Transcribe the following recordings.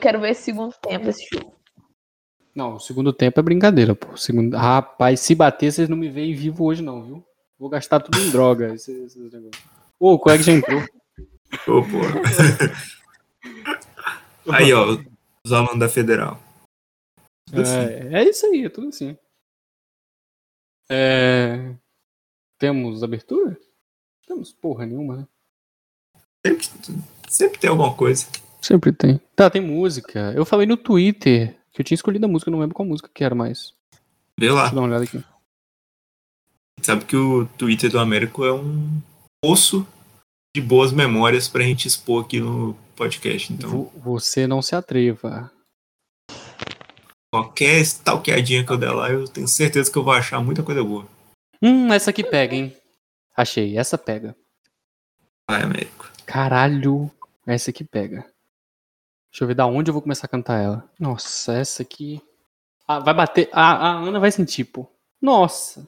quero ver esse segundo tempo desse jogo. Não, o segundo tempo é brincadeira, pô. Rapaz, se bater, vocês não me veem vivo hoje, não, viu? Vou gastar tudo em droga. Esses negócios. Ô, o colega já entrou. Ô, pô. Aí, ó, os alunos da Federal. É isso aí, é tudo assim. Temos abertura? Temos porra nenhuma, né? Sempre tem alguma coisa. Sempre tem. Tá, tem música. Eu falei no Twitter que eu tinha escolhido a música, eu não lembro qual música que era mais. Vê lá. Deixa eu dar uma olhada aqui. Sabe que o Twitter do Américo é um poço de boas memórias pra gente expor aqui no podcast, então. Você não se atreva. Qualquer stalkeadinha que eu der lá, eu tenho certeza que eu vou achar muita coisa boa. Essa aqui pega, hein? Achei, essa pega. Vai, Américo. Caralho, essa aqui pega. Deixa eu ver da onde eu vou começar a cantar ela. Nossa, essa aqui... Ah, vai bater... A Ana vai sentir, pô. Nossa.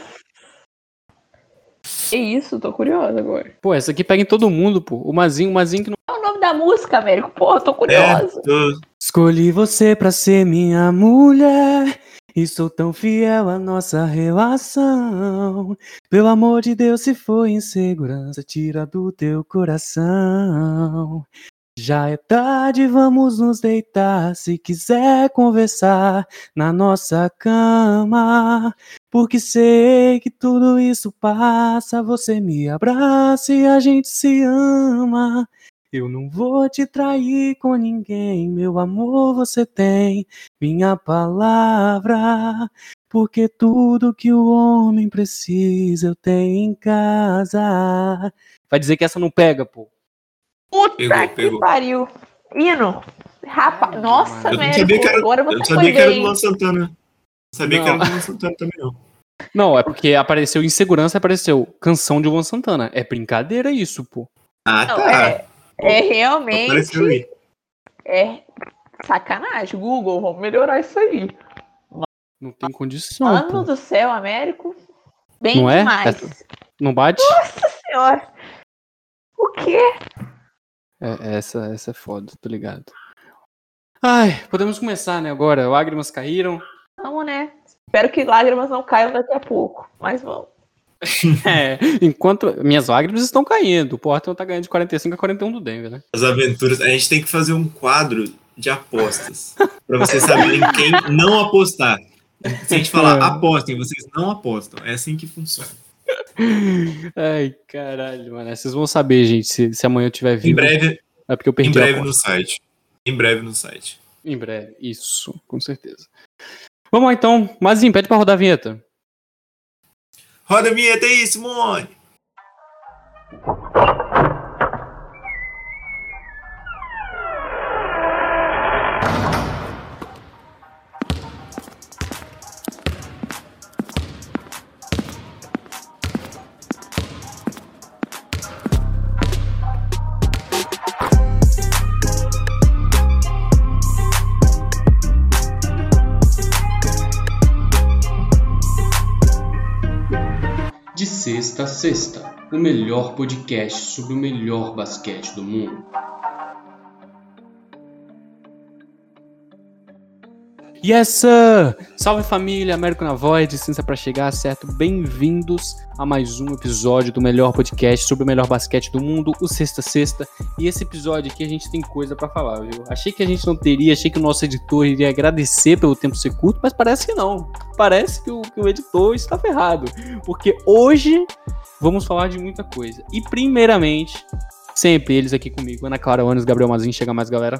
Que isso, tô curiosa agora. Pô, essa aqui pega em todo mundo, pô. O Mazinho que não... Qual é o nome da música, Américo? Porra, tô curiosa. Escolhi você pra ser minha mulher e sou tão fiel à nossa relação. Pelo amor de Deus, se for insegurança, tira do teu coração. Já é tarde, vamos nos deitar. Se quiser conversar na nossa cama, porque sei que tudo isso passa. Você me abraça e a gente se ama. Eu não vou te trair com ninguém, meu amor, você tem minha palavra. Porque tudo que o homem precisa eu tenho em casa. Vai dizer que essa não pega, pô. Puta que pariu. Hino. Rapaz, nossa, eu não Américo, sabia que era, agora você eu sabia que era do bem. Luan Santana. Não sabia que era do Luan Santana também, não. Não, é porque apareceu Insegurança, apareceu Canção de Luan Santana. É brincadeira isso, pô. Ah, Não, tá. é realmente... Apareceu aí. É sacanagem. Google, vamos melhorar isso aí. Não tem condição, Mano pô. do céu, Américo. Bem Não é? demais. Não bate? Nossa senhora. O quê? Essa é foda, tô ligado. Ai, podemos começar, né, agora. Lágrimas caíram. Vamos, né? Espero que lágrimas não caiam daqui a pouco. Mas vamos. Enquanto minhas lágrimas estão caindo. O Portland tá ganhando de 45-41 do Denver, né? As aventuras. A gente tem que fazer um quadro de apostas. Pra vocês saberem quem não apostar. Se a gente falar apostem, vocês não apostam. É assim que funciona. Ai, caralho, mano. Vocês vão saber, gente, se amanhã eu tiver vivo. Em breve, é porque eu perdi em breve a no site. Em breve no site. Em breve, isso, com certeza. Vamos lá, então. Mazinho, pede pra rodar a vinheta. Roda a vinheta aí, Simone! De sexta a sexta, o melhor podcast sobre o melhor basquete do mundo. Yes, sir! Salve família, Américo na voz, licença pra chegar, certo? Bem-vindos a mais um episódio do melhor podcast sobre o melhor basquete do mundo, o Sexta Sexta. E esse episódio aqui a gente tem coisa pra falar, viu? Achei que a gente não teria, achei que o nosso editor iria agradecer pelo tempo ser curto, mas parece que não. Parece que o editor está ferrado, porque hoje vamos falar de muita coisa. E primeiramente, sempre eles aqui comigo, Ana Clara Ones, Gabriel Mazin, chega mais galera.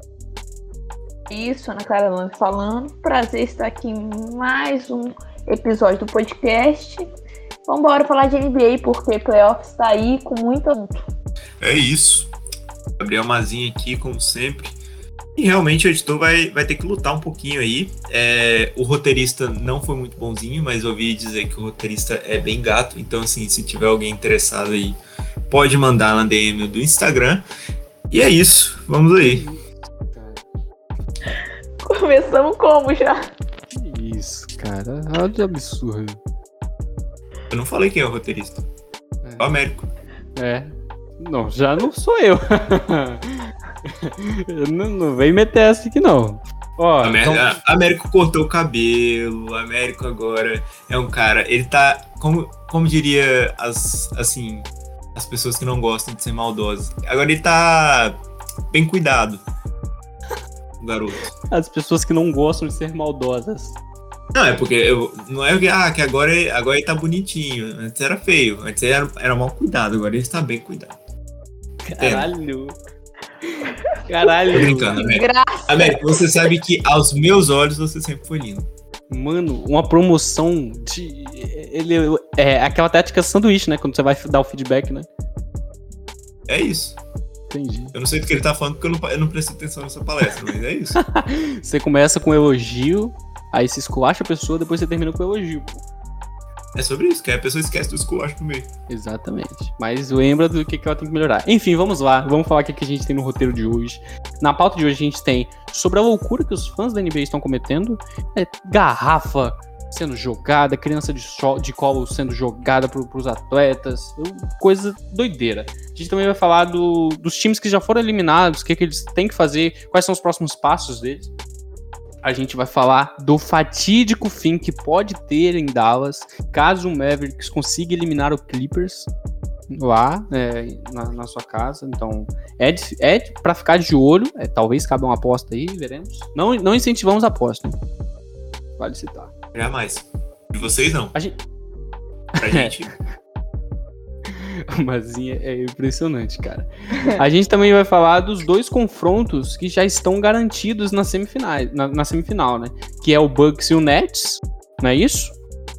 Isso, Ana Clara Lance falando. Prazer estar aqui em mais um episódio do podcast. Vamos embora falar de NBA, porque playoffs está aí com muito assunto. É isso. Gabriel Mazin aqui, como sempre. E realmente o editor vai ter que lutar um pouquinho aí. O roteirista não foi muito bonzinho, mas ouvi dizer que o roteirista é bem gato. Então, assim, se tiver alguém interessado aí, pode mandar na DM do Instagram. E é isso. Vamos aí. Começamos como já? Que isso, cara. Olha que absurdo. Eu não falei quem é o roteirista. É o Américo. Não, já não sou eu. Não vem meter essa aqui, não. Ó, Américo cortou o cabelo, Américo agora é um cara, ele tá, como diria as pessoas que não gostam de ser maldosas, agora ele tá bem cuidado, o garoto. As pessoas que não gostam de ser maldosas. Não, é porque não é que agora ele tá bonitinho, antes era feio, antes era mal cuidado, agora ele está bem cuidado. Caralho. Tô brincando, Américo, você sabe que aos meus olhos você sempre foi lindo. Mano, uma promoção de... É aquela tática sanduíche, né? Quando você vai dar o feedback, né? É isso. Entendi. Eu não sei do que ele tá falando porque eu não prestei atenção nessa palestra, mas é isso. Você começa com elogio, aí você esculacha a pessoa, depois você termina com elogio, pô. É sobre isso, que a pessoa esquece do esculacho no meio. Exatamente. Mas lembra do que ela tem que melhorar. Enfim, vamos lá. Vamos falar o que a gente tem no roteiro de hoje. Na pauta de hoje a gente tem sobre a loucura que os fãs da NBA estão cometendo. Garrafa sendo jogada, criança de colo sendo jogada pros atletas. Coisa doideira. A gente também vai falar dos times que já foram eliminados, o que eles têm que fazer, quais são os próximos passos deles. A gente vai falar do fatídico fim que pode ter em Dallas caso o Mavericks consiga eliminar o Clippers lá na sua casa. Então, é pra ficar de olho. Talvez cabe uma aposta aí, veremos. Não incentivamos a aposta, hein? Vale citar. Jamais. E vocês não. Pra gente... Mas é impressionante, cara. A gente também vai falar dos dois confrontos que já estão garantidos na semifinal, né? Que é o Bucks e o Nets, não é isso?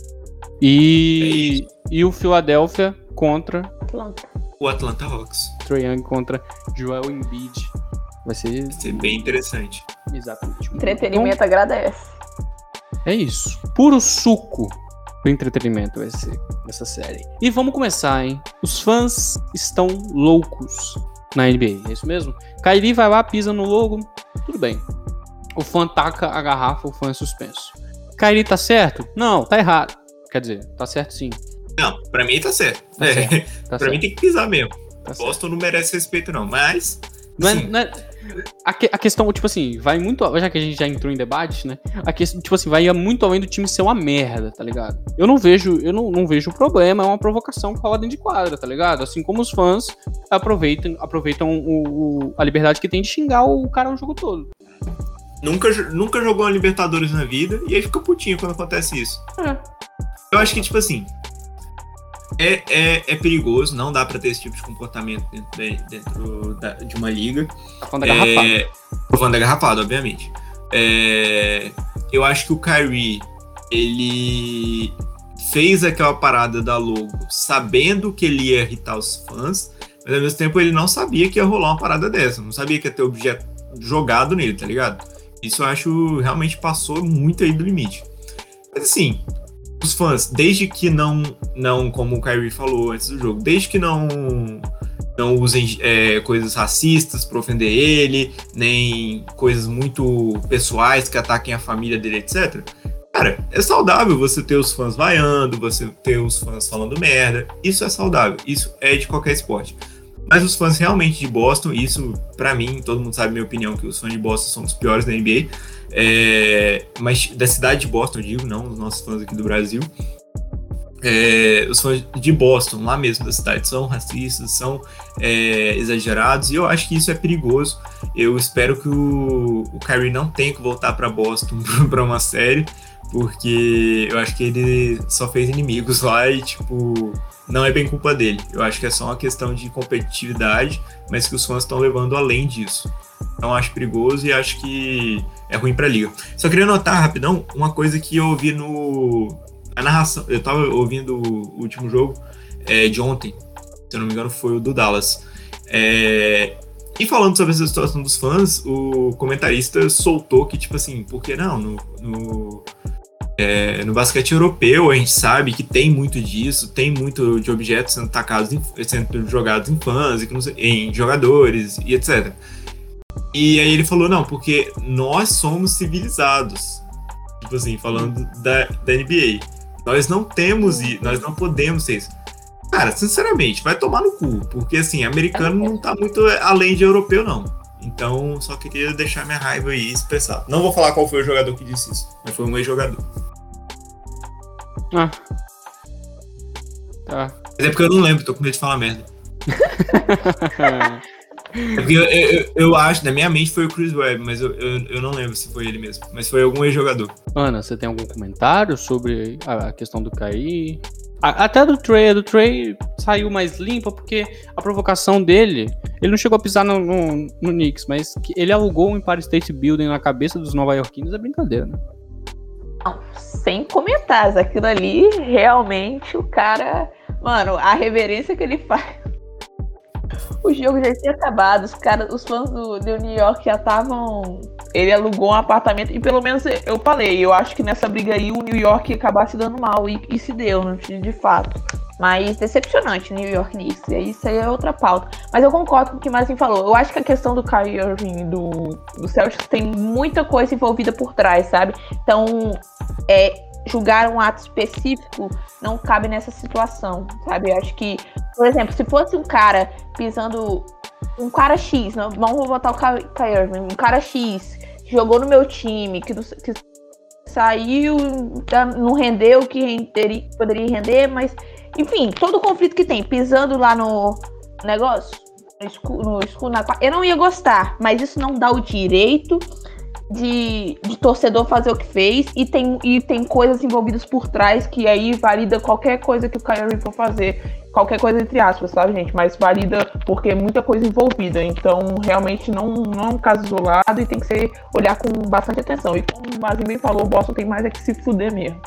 E o Philadelphia contra... O Atlanta Hawks. Trae Young contra Joel Embiid. Vai ser bem interessante. Exatamente. Entretenimento agradece. É isso. Puro suco. O entretenimento vai ser essa série. E vamos começar, hein? Os fãs estão loucos na NBA, é isso mesmo? Kyrie vai lá, pisa no logo, tudo bem. O fã taca a garrafa, o fã é suspenso. Kyrie tá certo? Não, tá errado. Quer dizer, tá certo sim. Não, pra mim tá certo. Pra mim tem que pisar mesmo. Boston não merece respeito não, mas... A questão, tipo assim, vai muito... Já que a gente já entrou em debate, né? A questão, tipo assim, vai muito além do time ser uma merda, tá ligado? Eu não vejo problema, é uma provocação que rola dentro de quadra, tá ligado? Assim como os fãs aproveitam a liberdade que tem de xingar o cara o jogo todo. Nunca jogou uma Libertadores na vida e aí fica putinho quando acontece isso. Eu acho que, tipo assim... É perigoso, não dá pra ter esse tipo de comportamento dentro de uma liga. Falando da garrafada, obviamente. Eu acho que o Kyrie, ele fez aquela parada da logo sabendo que ele ia irritar os fãs, mas ao mesmo tempo ele não sabia que ia rolar uma parada dessa, não sabia que ia ter objeto jogado nele, tá ligado? Isso eu acho realmente passou muito aí do limite. Mas assim... Os fãs, desde que não, como o Kyrie falou antes do jogo, desde que não usem coisas racistas pra ofender ele, nem coisas muito pessoais que ataquem a família dele, etc. Cara, é saudável você ter os fãs vaiando, você ter os fãs falando merda. Isso é saudável, isso é de qualquer esporte. Mas os fãs realmente de Boston, isso pra mim, todo mundo sabe a minha opinião, que os fãs de Boston são os piores da NBA. Mas da cidade de Boston, eu digo, não os nossos fãs aqui do Brasil. Os fãs de Boston, lá mesmo da cidade, são racistas, são exagerados, e eu acho que isso é perigoso. Eu espero que o Kyrie não tenha que voltar para Boston para uma série, porque eu acho que ele só fez inimigos lá e, tipo, não é bem culpa dele. Eu acho que é só uma questão de competitividade, mas que os fãs estão levando além disso. Então acho perigoso e acho que é ruim pra liga. Só queria notar rapidão uma coisa que eu ouvi a narração. Eu tava ouvindo o último jogo de ontem, se eu não me engano foi o do Dallas. E falando sobre essa situação dos fãs, o comentarista soltou que, tipo assim, porque não, no basquete europeu a gente sabe que tem muito disso, tem muito de objetos sendo jogados em fãs, em jogadores e etc. E aí ele falou, não, porque nós somos civilizados. Tipo assim, falando da NBA. Nós não podemos ser isso. Cara, sinceramente, vai tomar no cu. Porque assim, americano não tá muito além de europeu, não. Então, só queria deixar minha raiva aí expressada. Não vou falar qual foi o jogador que disse isso, mas foi um ex-jogador. Ah. Tá. Mas é porque eu não lembro, tô com medo de falar merda. É porque eu acho, na minha mente foi o Chris Webb, mas eu não lembro se foi ele mesmo. Mas foi algum ex-jogador. Ana, você tem algum comentário sobre a questão do Kyrie? Até do Trey saiu mais limpa, porque a provocação dele, ele não chegou a pisar no Knicks, mas que ele alugou um Empire State Building na cabeça dos nova-iorquinos é brincadeira, né? Não, sem comentários, aquilo ali, realmente, o cara... Mano, a reverência que ele faz... O jogo já tinha acabado, os fãs do New York já estavam... Ele alugou um apartamento e pelo menos eu falei, eu acho que nessa briga aí o New York ia acabar se dando mal e se deu, de fato. Mas decepcionante New York Knicks, e isso aí é outra pauta. Mas eu concordo com o que o Marcinho falou, eu acho que a questão do Kyrie Irving do Celtics tem muita coisa envolvida por trás, sabe? Então, julgar um ato específico não cabe nessa situação, sabe? Eu acho que, por exemplo, se fosse um cara pisando... Um cara X, não vou botar o Kyrie Irving, um cara X jogou no meu time, que saiu, não rendeu o que poderia render, mas, enfim, todo o conflito que tem, pisando lá no negócio, no escuro, eu não ia gostar, mas isso não dá o direito de torcedor fazer o que fez, e tem coisas envolvidas por trás que aí valida qualquer coisa que o Kyrie for fazer, qualquer coisa entre aspas, sabe, gente? Mas valida porque é muita coisa envolvida, então realmente não é um caso isolado e tem que olhar com bastante atenção. E como o Mazinho bem falou, o Boston tem mais é que se fuder mesmo.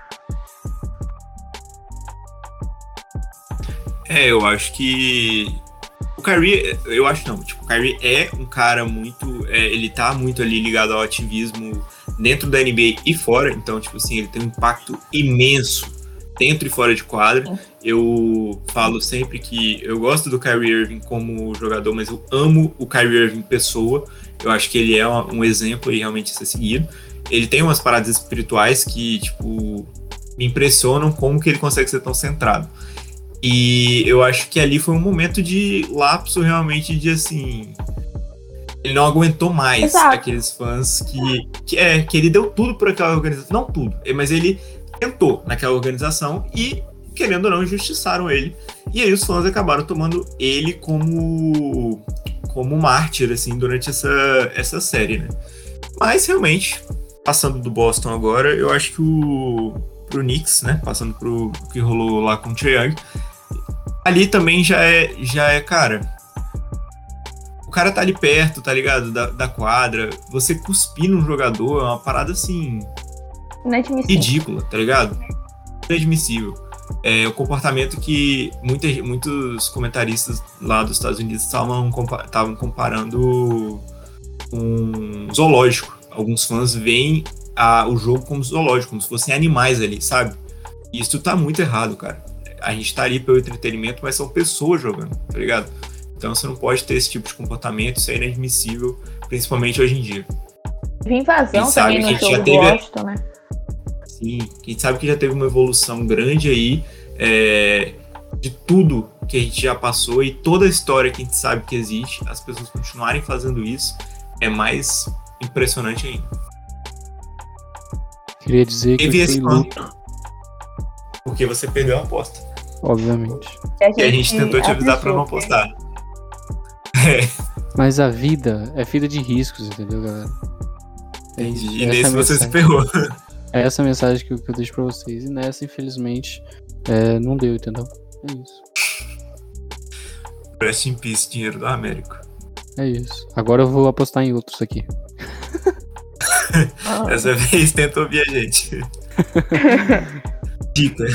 Eu acho que o Kyrie, o Kyrie é um cara muito, ele tá muito ali ligado ao ativismo dentro da NBA e fora, então, tipo assim, ele tem um impacto imenso dentro e fora de quadra. Eu falo sempre que eu gosto do Kyrie Irving como jogador, mas eu amo o Kyrie Irving pessoa. Eu acho que ele é um exemplo e realmente a ser seguido. Ele tem umas paradas espirituais que, tipo, me impressionam como que ele consegue ser tão centrado. E eu acho que ali foi um momento de lapso realmente de, assim... Ele não aguentou mais. Exato. Aqueles fãs que ele deu tudo por aquela organização. Não tudo, mas ele tentou naquela organização e, querendo ou não, injustiçaram ele. E aí os fãs acabaram tomando ele como mártir, assim, durante essa série, né? Mas, realmente, passando do Boston agora, eu acho que pro Knicks, né? Passando pro que rolou lá com o Trae Young, ali também já é, cara... O cara tá ali perto, tá ligado? Da quadra. Você cuspir num jogador é uma parada, assim... ridícula, tá ligado? Inadmissível. É o comportamento que muitos comentaristas lá dos Estados Unidos estavam comparando com um zoológico. Alguns fãs veem o jogo como zoológico, como se fossem animais ali, sabe? E isso tá muito errado, cara. A gente tá ali pelo entretenimento, mas são pessoas jogando, tá ligado? Então você não pode ter esse tipo de comportamento, isso é inadmissível, principalmente hoje em dia. Invasão também no jogo do Washington, né? Sim, a gente sabe que já teve uma evolução grande aí de tudo que a gente já passou e toda a história que a gente sabe que existe, as pessoas continuarem fazendo isso é mais impressionante ainda. Queria dizer que foi luto. Porque você perdeu a aposta. Obviamente. E a gente tentou te avisar pra não apostar. Mas a vida é feita de riscos, entendeu, galera? E nesse você se ferrou. É essa a mensagem que eu deixo pra vocês. E nessa, infelizmente, não deu, entendeu? É isso. Rest in peace, dinheiro da América. É isso. Agora eu vou apostar em outros aqui. Dessa vez tenta ouvir a gente. Dica.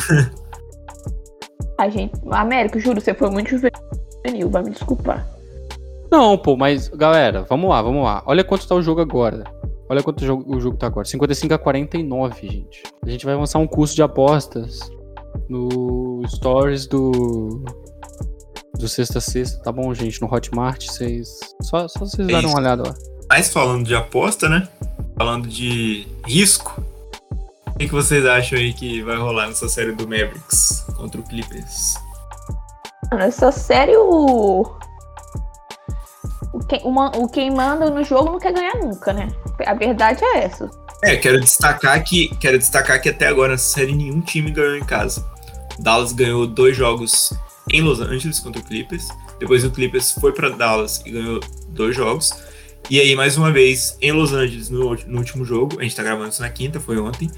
América, juro, você foi muito juvenil, vai me desculpar. Não, pô, mas, galera, vamos lá. Olha quanto tá o jogo agora. Olha quanto o jogo tá agora. 55-49, gente. A gente vai lançar um curso de apostas no Stories do Sexta Sexta, tá bom, gente? No Hotmart, só vocês darem uma olhada lá. Mas falando de aposta, né? Falando de risco, o que vocês acham aí que vai rolar nessa série do Mavericks contra o Clippers? Nessa série o quem manda no jogo não quer ganhar nunca, né? A verdade é essa. Quero destacar que até agora nessa série nenhum time ganhou em casa. Dallas ganhou 2 jogos em Los Angeles contra o Clippers. Depois o Clippers foi para Dallas e ganhou 2 jogos. E aí, mais uma vez, em Los Angeles, no último jogo, a gente tá gravando isso na quinta, foi ontem,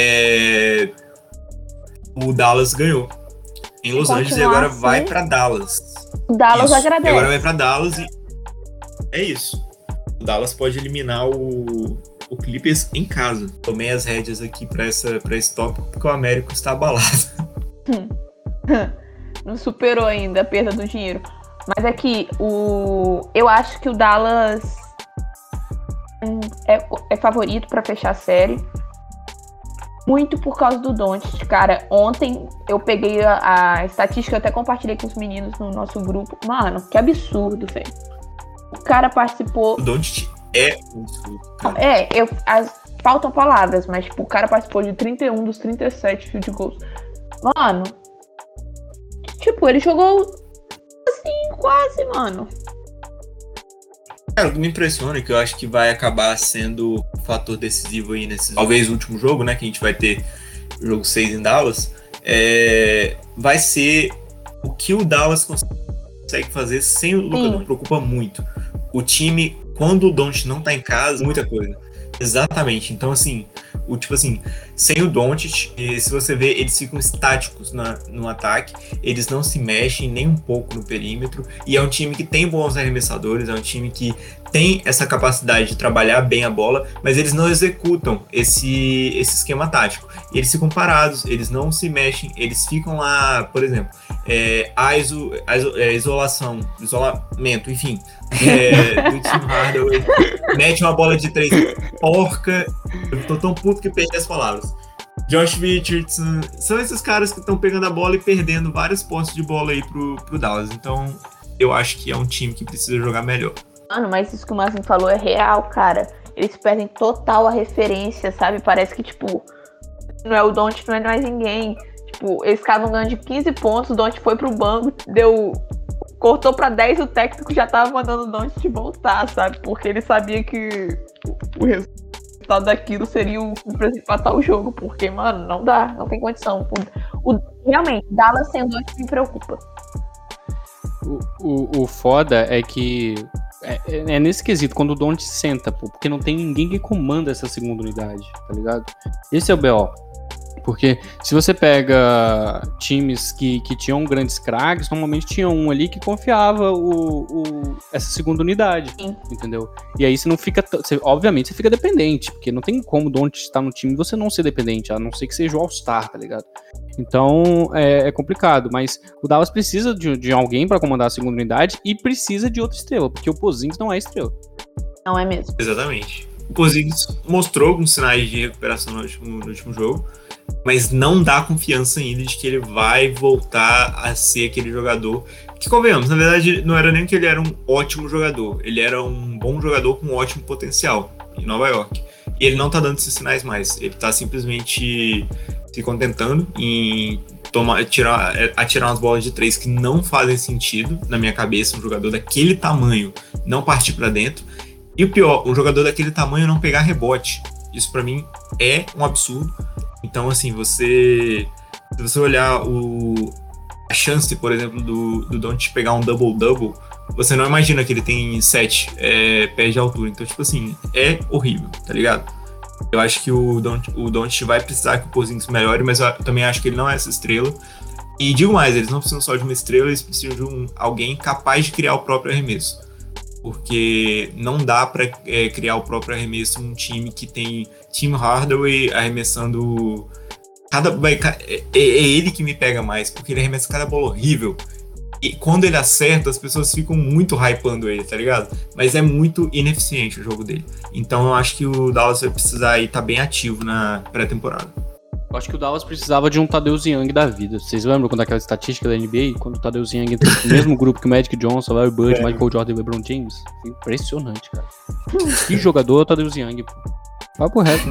o Dallas ganhou em Los Angeles e agora assim, vai para Dallas. Dallas agradece. E agora vai para Dallas e é isso. O Dallas pode eliminar o Clippers em casa. Tomei as rédeas aqui para esse tópico porque o Américo está abalado. Não superou ainda a perda do dinheiro. Mas é que eu acho que o Dallas é favorito para fechar a série. Muito por causa do Doncic. Cara, ontem eu peguei a estatística, eu até compartilhei com os meninos no nosso grupo. Mano, que absurdo, velho. O cara participou... O Doncic é um absurdo, cara. Faltam palavras, mas tipo, o cara participou de 31 dos 37 field goals. Mano, tipo, ele jogou assim, quase, mano. Cara, o que me impressiona é que eu acho que vai acabar sendo um fator decisivo aí nesse, talvez, o último jogo, né, que a gente vai ter o jogo 6 em Dallas, vai ser o que o Dallas consegue fazer sem o Luka. Me preocupa muito. O time, quando o Doncic não tá em casa, muita coisa. Exatamente. Então, assim, sem o Doncic, se você ver, eles ficam estáticos no ataque, eles não se mexem nem um pouco no perímetro, e é um time que tem bons arremessadores, é um time que tem essa capacidade de trabalhar bem a bola, mas eles não executam esse esquema tático. E eles ficam parados, eles não se mexem, eles ficam lá, por exemplo, isolamento, enfim, do Tim Hardaway, mete uma bola de 3, porca, eu tô tão puto que perdi as palavras. Josh Richardson, são esses caras que estão pegando a bola e perdendo várias posses de bola aí pro Dallas, então eu acho que é um time que precisa jogar melhor. Mano, mas isso que o Marcinho falou é real, cara. Eles perdem total a referência, sabe? Parece que, tipo, não é o Doncic, não é mais ninguém. Tipo, eles ficavam ganhando de 15 pontos, o Doncic foi pro banco, cortou pra 10, o técnico já tava mandando o Doncic voltar, sabe? Porque ele sabia que o resultado daquilo seria o pra empatar o jogo. Porque, mano, não dá, não tem condição. Realmente, Dallas sem o Doncic me preocupa. O foda é que é nesse quesito, quando o Doncic senta, pô, porque não tem ninguém que comanda essa segunda unidade, tá ligado? Esse é o BO. Porque se você pega times que tinham grandes craques, normalmente tinha um ali que confiava essa segunda unidade, entendeu? E aí você não fica... obviamente você fica dependente, porque não tem como o Doncic estar no time e você não ser dependente, a não ser que seja o All-Star, tá ligado? Então é complicado, mas o Dallas precisa de alguém pra comandar a segunda unidade e precisa de outra estrela, porque o Porzingis não é estrela. Não é mesmo. Exatamente. O Porzingis mostrou alguns sinais de recuperação no último jogo, mas não dá confiança ainda de que ele vai voltar a ser aquele jogador que, convenhamos, na verdade não era nem que ele era um ótimo jogador, ele era um bom jogador com um ótimo potencial em Nova York, e ele não tá dando esses sinais mais, ele tá simplesmente se contentando em atirar umas bolas de 3 que não fazem sentido na minha cabeça, um jogador daquele tamanho não partir pra dentro, e o pior, um jogador daquele tamanho não pegar rebote. Isso pra mim é um absurdo. Então, assim, se você olhar a chance, por exemplo, do Doncic pegar um double-double, você não imagina que ele tem 7 pés de altura. Então, tipo assim, é horrível, tá ligado? Eu acho que o Doncic vai precisar que o Porzingis melhore, mas eu também acho que ele não é essa estrela. E digo mais, eles não precisam só de uma estrela, eles precisam de alguém capaz de criar o próprio arremesso. Porque não dá pra criar o próprio arremesso num time que tem Tim Hardaway arremessando é ele que me pega mais, porque ele arremessa cada bola horrível, e quando ele acerta as pessoas ficam muito hypando ele, tá ligado? Mas é muito ineficiente o jogo dele, então eu acho que o Dallas vai precisar aí estar bem ativo na pré-temporada. Eu acho que o Dallas precisava de um Tadeusz Young da vida. Vocês lembram quando aquela estatística da NBA? Quando o Tadeusz Young entrou no mesmo grupo que o Magic Johnson, Larry Bird, Michael Jordan e LeBron James? Impressionante, cara. Que jogador é o Tadeusz Young, pô. Papo reto.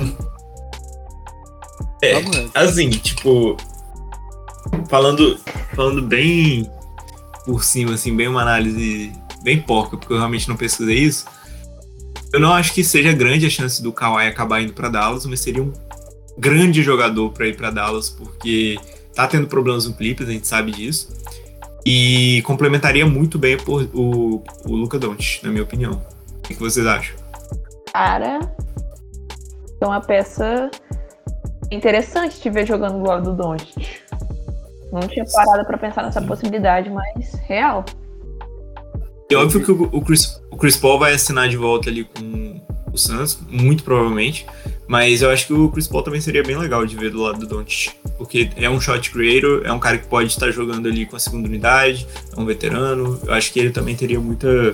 Assim, tipo... Falando bem por cima, assim, bem uma análise bem porca, porque eu realmente não pesquisei isso. Eu não acho que seja grande a chance do Kawhi acabar indo para Dallas, mas seria um grande jogador para ir para Dallas, porque tá tendo problemas no Clippers, a gente sabe disso. E complementaria muito bem o Luka Doncic, na minha opinião. O que vocês acham? Cara, é uma peça interessante de ver jogando do lado do Doncic. Não tinha parado pra pensar nessa possibilidade, mas real. É óbvio que o Chris Paul vai assinar de volta ali com o Suns, muito provavelmente, mas eu acho que o Chris Paul também seria bem legal de ver do lado do Doncic, porque é um shot creator, é um cara que pode estar jogando ali com a segunda unidade, é um veterano. Eu acho que ele também teria muita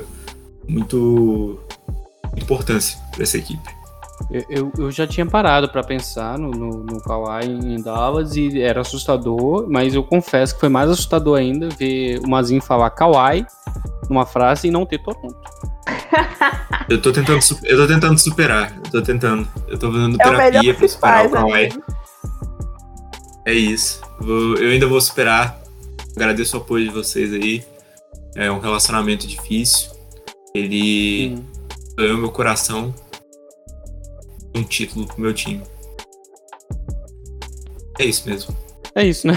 importância para essa equipe. Eu já tinha parado pra pensar no Kawhi em Dallas e era assustador, mas eu confesso que foi mais assustador ainda ver o Mazinho falar Kawhi numa frase e não ter Toronto. Eu tô tentando superar. Eu tô fazendo É terapia pra superar o Kawhi. amigo. É isso. Eu ainda vou superar. Agradeço o apoio de vocês aí. É um relacionamento difícil. Ele ganhou meu coração. Um título pro meu time. É isso mesmo. É isso, né?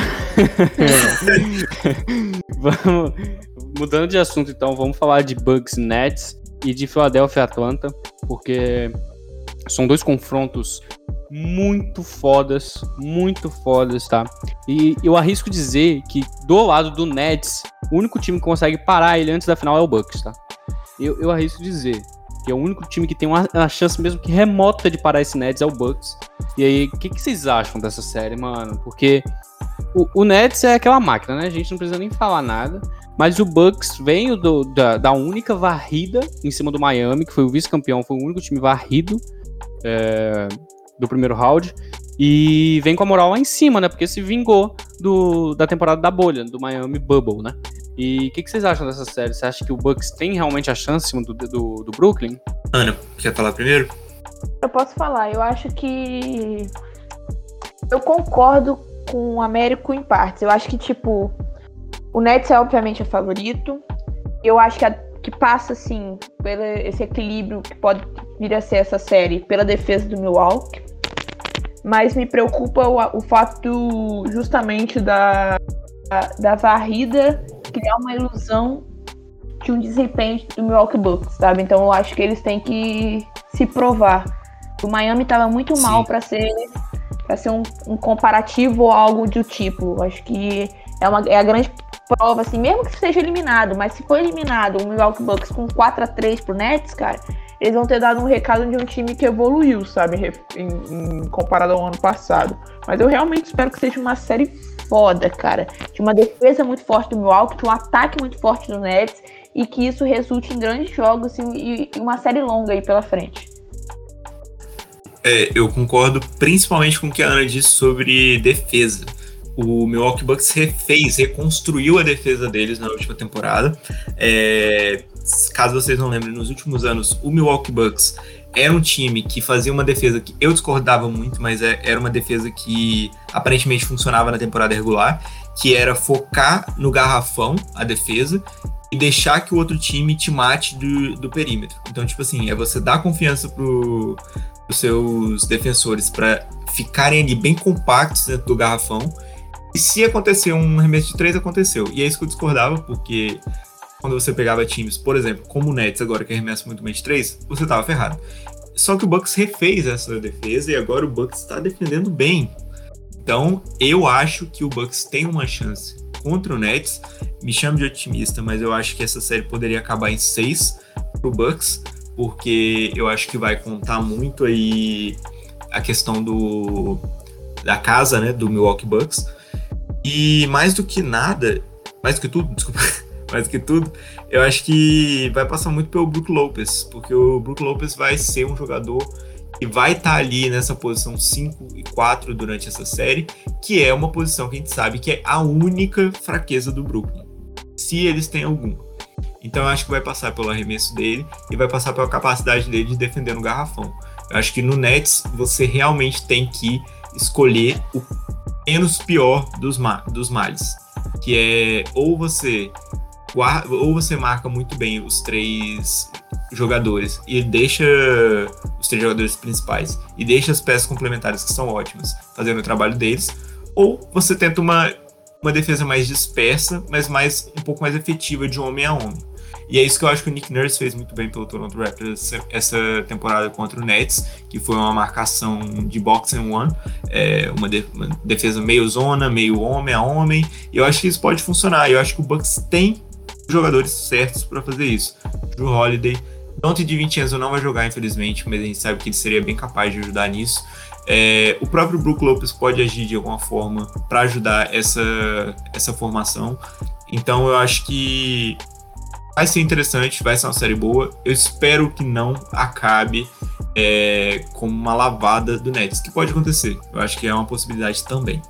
Vamos, mudando de assunto então, vamos falar de Bucks Nets e de Philadelphia Atlanta, porque são dois confrontos muito fodas, tá? E eu arrisco dizer que do lado do Nets, o único time que consegue parar ele antes da final é o Bucks, tá? Eu arrisco dizer que é o único time que tem uma chance mesmo que remota de parar esse Nets é o Bucks. E aí, o que vocês acham dessa série, mano? Porque o Nets é aquela máquina, né? A gente não precisa nem falar nada. Mas o Bucks veio da única varrida em cima do Miami, que foi o vice-campeão, foi o único time varrido do primeiro round. E vem com a moral lá em cima, né? Porque se vingou da temporada da bolha, do Miami Bubble, né? E o que vocês acham dessa série? Você acha que o Bucks tem realmente a chance em cima do Brooklyn? Ana, quer falar primeiro? Eu posso falar, eu acho que eu concordo com o Américo em partes. Eu acho que, tipo, o Nets é obviamente o favorito. Eu acho que passa, assim, pelo esse equilíbrio que pode vir a ser essa série pela defesa do Milwaukee. Mas me preocupa o fato justamente da varrida criar uma ilusão de um desempenho do Milwaukee Bucks, sabe? Então eu acho que eles têm que se provar. O Miami estava muito mal para ser um comparativo ou algo do tipo. Eu acho que é a grande prova, assim, mesmo que seja eliminado, mas se for eliminado o Milwaukee Bucks com 4-3 pro Nets, cara, eles vão ter dado um recado de um time que evoluiu, sabe, comparado ao ano passado. Mas eu realmente espero que seja uma série foda, cara, de uma defesa muito forte do Milwaukee, de um ataque muito forte do Nets, e que isso resulte em grandes jogos e uma série longa aí pela frente. Eu concordo principalmente com o que a Ana disse sobre defesa. O Milwaukee Bucks reconstruiu a defesa deles na última temporada. Caso vocês não lembrem, nos últimos anos, o Milwaukee Bucks era um time que fazia uma defesa que eu discordava muito, mas era uma defesa que aparentemente funcionava na temporada regular, que era focar no garrafão, a defesa, e deixar que o outro time te mate do perímetro. Então, tipo assim, você dar confiança pros seus defensores para ficarem ali bem compactos dentro do garrafão. E se acontecer um arremesso de 3, aconteceu. E é isso que eu discordava, porque quando você pegava times, por exemplo, como o Nets agora, que arremessa muito bem de 3, você tava ferrado. Só que o Bucks refez essa defesa e agora o Bucks está defendendo bem. Então, eu acho que o Bucks tem uma chance contra o Nets. Me chamo de otimista, mas eu acho que essa série poderia acabar em 6 pro Bucks, porque eu acho que vai contar muito aí a questão da casa, né, do Milwaukee Bucks. E mais do que tudo, eu acho que vai passar muito pelo Brook Lopez, porque o Brook Lopez vai ser um jogador que vai estar ali nessa posição 5 e 4 durante essa série, que é uma posição que a gente sabe que é a única fraqueza do Brooklyn, se eles têm alguma. Então eu acho que vai passar pelo arremesso dele e vai passar pela capacidade dele de defender no garrafão. Eu acho que no Nets você realmente tem que escolher o menos pior dos males, que é ou você ou você marca muito bem os 3 jogadores e deixa os 3 jogadores principais e deixa as peças complementares que são ótimas fazendo o trabalho deles, ou você tenta uma defesa mais dispersa, mas um pouco mais efetiva de homem a homem. E é isso que eu acho que o Nick Nurse fez muito bem pelo Toronto Raptors essa temporada contra o Nets, que foi uma marcação de box and one, uma defesa meio zona, meio homem a homem, e eu acho que isso pode funcionar. Eu acho que o Bucks tem jogadores certos para fazer isso. Drew Holiday, Dante DiVincenzo não vai jogar, infelizmente, mas a gente sabe que ele seria bem capaz de ajudar nisso. O próprio Brook Lopez pode agir de alguma forma para ajudar essa formação. Então eu acho que vai ser interessante, vai ser uma série boa. Eu espero que não acabe como uma lavada do Nets, que pode acontecer. Eu acho que é uma possibilidade também.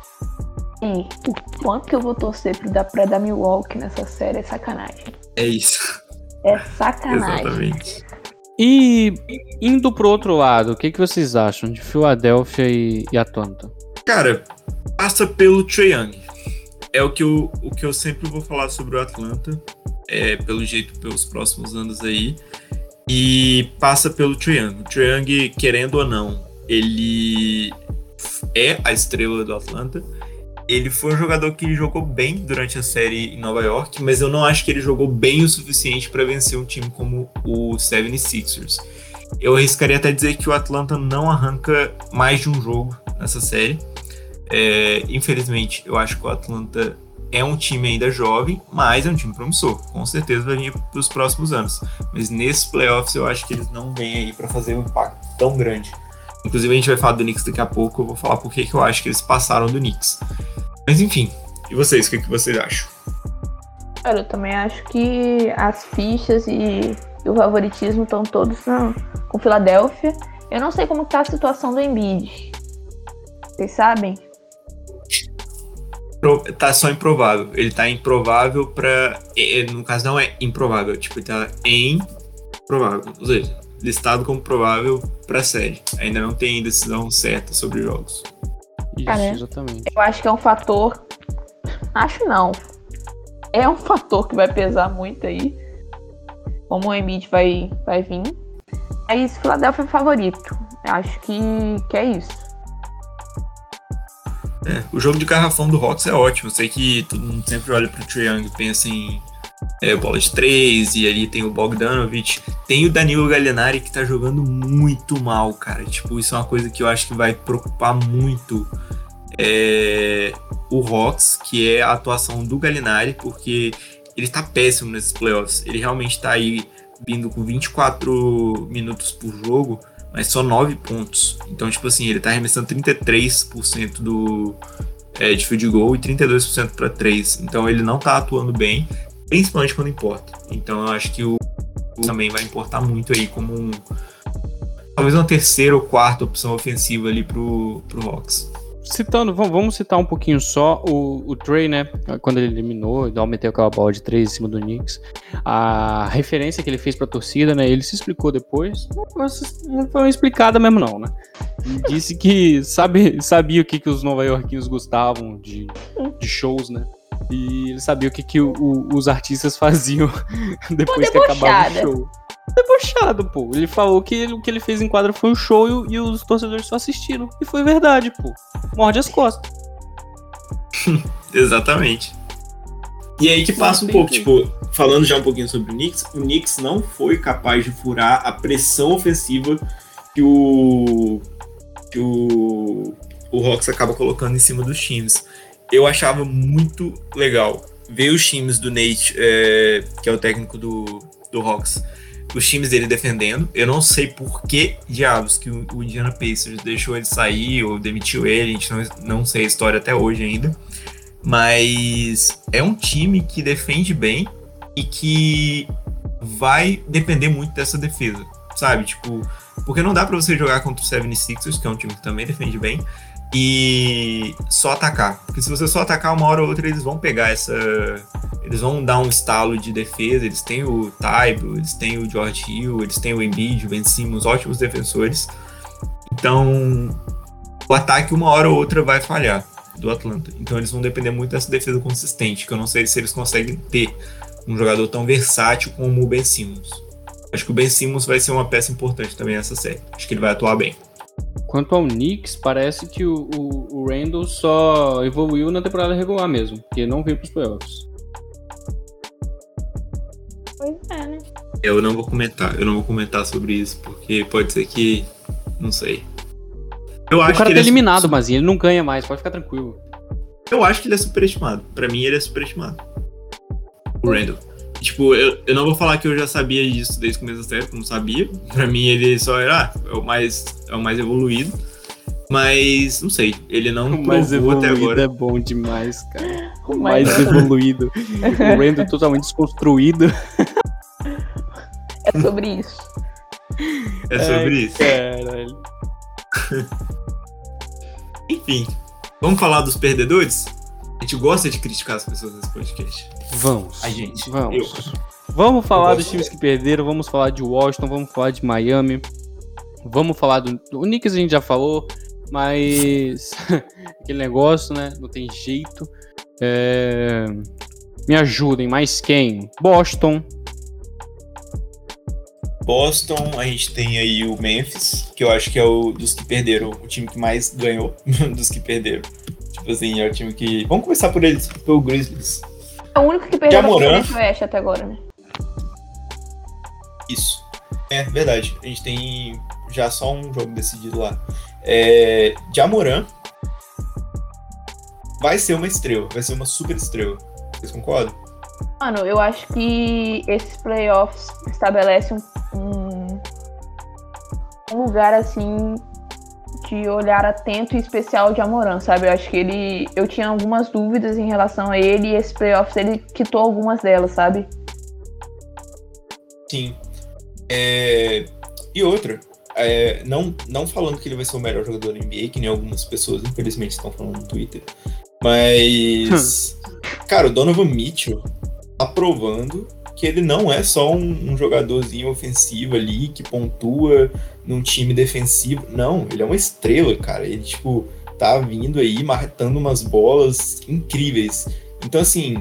E o quanto que eu vou torcer pra dar Milwaukee nessa série é sacanagem. É isso. É sacanagem. Exatamente. E indo pro outro lado, o que vocês acham de Philadelphia e Atlanta? Cara, passa pelo Trae Young. É o que eu sempre vou falar sobre o Atlanta, pelo jeito, pelos próximos anos aí. E passa pelo Trae Young. O Trae Young, querendo ou não, ele é a estrela do Atlanta. Ele foi um jogador que jogou bem durante a série em Nova York, mas eu não acho que ele jogou bem o suficiente para vencer um time como o 76ers. Eu arriscaria até dizer que o Atlanta não arranca mais de um jogo nessa série. Infelizmente, eu acho que o Atlanta é um time ainda jovem, mas é um time promissor. Com certeza vai vir para os próximos anos. Mas nesses playoffs eu acho que eles não vêm aí para fazer um impacto tão grande. Inclusive a gente vai falar do Knicks daqui a pouco, eu vou falar por que eu acho que eles passaram do Knicks. Mas enfim, e vocês, o que vocês acham? Cara, eu também acho que as fichas e o favoritismo estão todos com Filadélfia. Eu não sei como tá a situação do Embiid. Vocês sabem? Tá só improvável. Ele tá improvável pra... No caso não é improvável, tipo, ele tá improvável. Ou seja, listado como provável pra série. Ainda não tem decisão certa sobre jogos. Isso, exatamente. Eu acho que é um fator... Acho não. É um fator que vai pesar muito aí. Como o Embiid vai vir. Mas Philadelphia é favorito. Eu acho que é isso. O jogo de garrafão do Hawks é ótimo. Eu sei que todo mundo sempre olha pro Trae Young e pensa em bola de 3, e ali tem o Bogdanovic. Tem o Danilo Gallinari que tá jogando muito mal, cara. Tipo, isso é uma coisa que eu acho que vai preocupar muito o Hawks, que é a atuação do Gallinari, porque ele tá péssimo nesses playoffs. Ele realmente tá aí vindo com 24 minutos por jogo, mas só 9 pontos. Então, tipo assim, ele tá arremessando 33% de field goal e 32% para 3. Então, ele não tá atuando bem, principalmente quando importa. Então, eu acho que o também vai importar muito aí como talvez uma terceira ou quarta opção ofensiva ali pro Hawks. Vamos citar um pouquinho só o Trae, né? Quando ele eliminou, meteu aquela bola de 3 em cima do Knicks. A referência que ele fez pra torcida, né? Ele se explicou depois. Não foi uma explicada mesmo, não, né? Ele disse que sabia o que os nova-iorquinos gostavam de shows, né? E ele sabia o que os artistas faziam depois que acabava o show. Debochado, pô. Ele falou que o que ele fez em quadra foi um show e os torcedores só assistiram. E foi verdade, pô. Morde as costas. Exatamente. E aí que passa um pouco, tipo, falando já um pouquinho sobre o Knicks não foi capaz de furar a pressão ofensiva que o Hawks acaba colocando em cima dos times. Eu achava muito legal ver os times do Nate, que é o técnico do Hawks, os times dele defendendo. Eu não sei por que diabos que o Indiana Pacers deixou ele sair ou demitiu ele, a gente não sei a história até hoje ainda, mas é um time que defende bem e que vai depender muito dessa defesa, sabe? Tipo, porque não dá pra você jogar contra o 76ers, que é um time que também defende bem, e só atacar, porque se você só atacar, uma hora ou outra eles vão pegar eles vão dar um estalo de defesa. Eles têm o Tybalt, eles têm o George Hill, eles têm o Embiid, o Ben Simmons, ótimos defensores. Então o ataque uma hora ou outra vai falhar do Atlanta, então eles vão depender muito dessa defesa consistente, que eu não sei se eles conseguem ter um jogador tão versátil como o Ben Simmons. Acho que o Ben Simmons vai ser uma peça importante também nessa série. Acho que ele vai atuar bem. Quanto ao Knicks, parece que o Randle só evoluiu na temporada regular mesmo, porque não veio pros playoffs. Pois é, né? Eu não vou comentar sobre isso, porque pode ser que... Não sei. Eu acho O cara que tá ele eliminado, mas ele não ganha mais, pode ficar tranquilo. Eu acho que ele é superestimado. Pra mim, ele é superestimado. O Randle. Tipo, eu não vou falar que eu já sabia disso desde o começo da série, como sabia. Pra mim, ele só era é o mais evoluído. Mas, não sei, ele não O mais provou até evoluído agora. é bom demais, cara. O O mais evoluído. O Randle totalmente desconstruído. É sobre isso. É sobre isso. Caralho. Enfim, vamos falar dos perdedores? A gente gosta de criticar as pessoas nesse podcast. Vamos. A gente. Vamos. Vamos falar Eu dos gosto. times que perderam, vamos falar de Washington, vamos falar de Miami. Vamos falar do Knicks, a gente já falou, mas aquele negócio, né? Não tem jeito. Me ajudem, mais quem? Boston. Boston, a gente tem aí o Memphis, que eu acho que é o dos que perderam, o time que mais ganhou dos que perderam. Tipo assim, é o time que... Vamos começar por eles, pelo Grizzlies. É o único que perdeu a Ja Morant. Conferência Oeste até agora, né? Isso. É verdade. A gente tem já só um jogo decidido lá. Ja Morant vai ser uma estrela, vai ser uma super estrela. Vocês concordam? Mano, eu acho que esses playoffs estabelecem um lugar, assim, de olhar atento e especial de Ja Morant, sabe? Eu acho que eu tinha algumas dúvidas em relação a ele e esses playoffs ele quitou algumas delas, sabe? Sim. E outra, não falando que ele vai ser o melhor jogador da NBA, que nem algumas pessoas, infelizmente, estão falando no Twitter, mas, cara, o Donovan Mitchell tá provando que ele não é só um jogadorzinho ofensivo ali, que pontua num time defensivo. Não, ele é uma estrela, cara. Ele, tipo, tá vindo aí, matando umas bolas incríveis. Então, assim,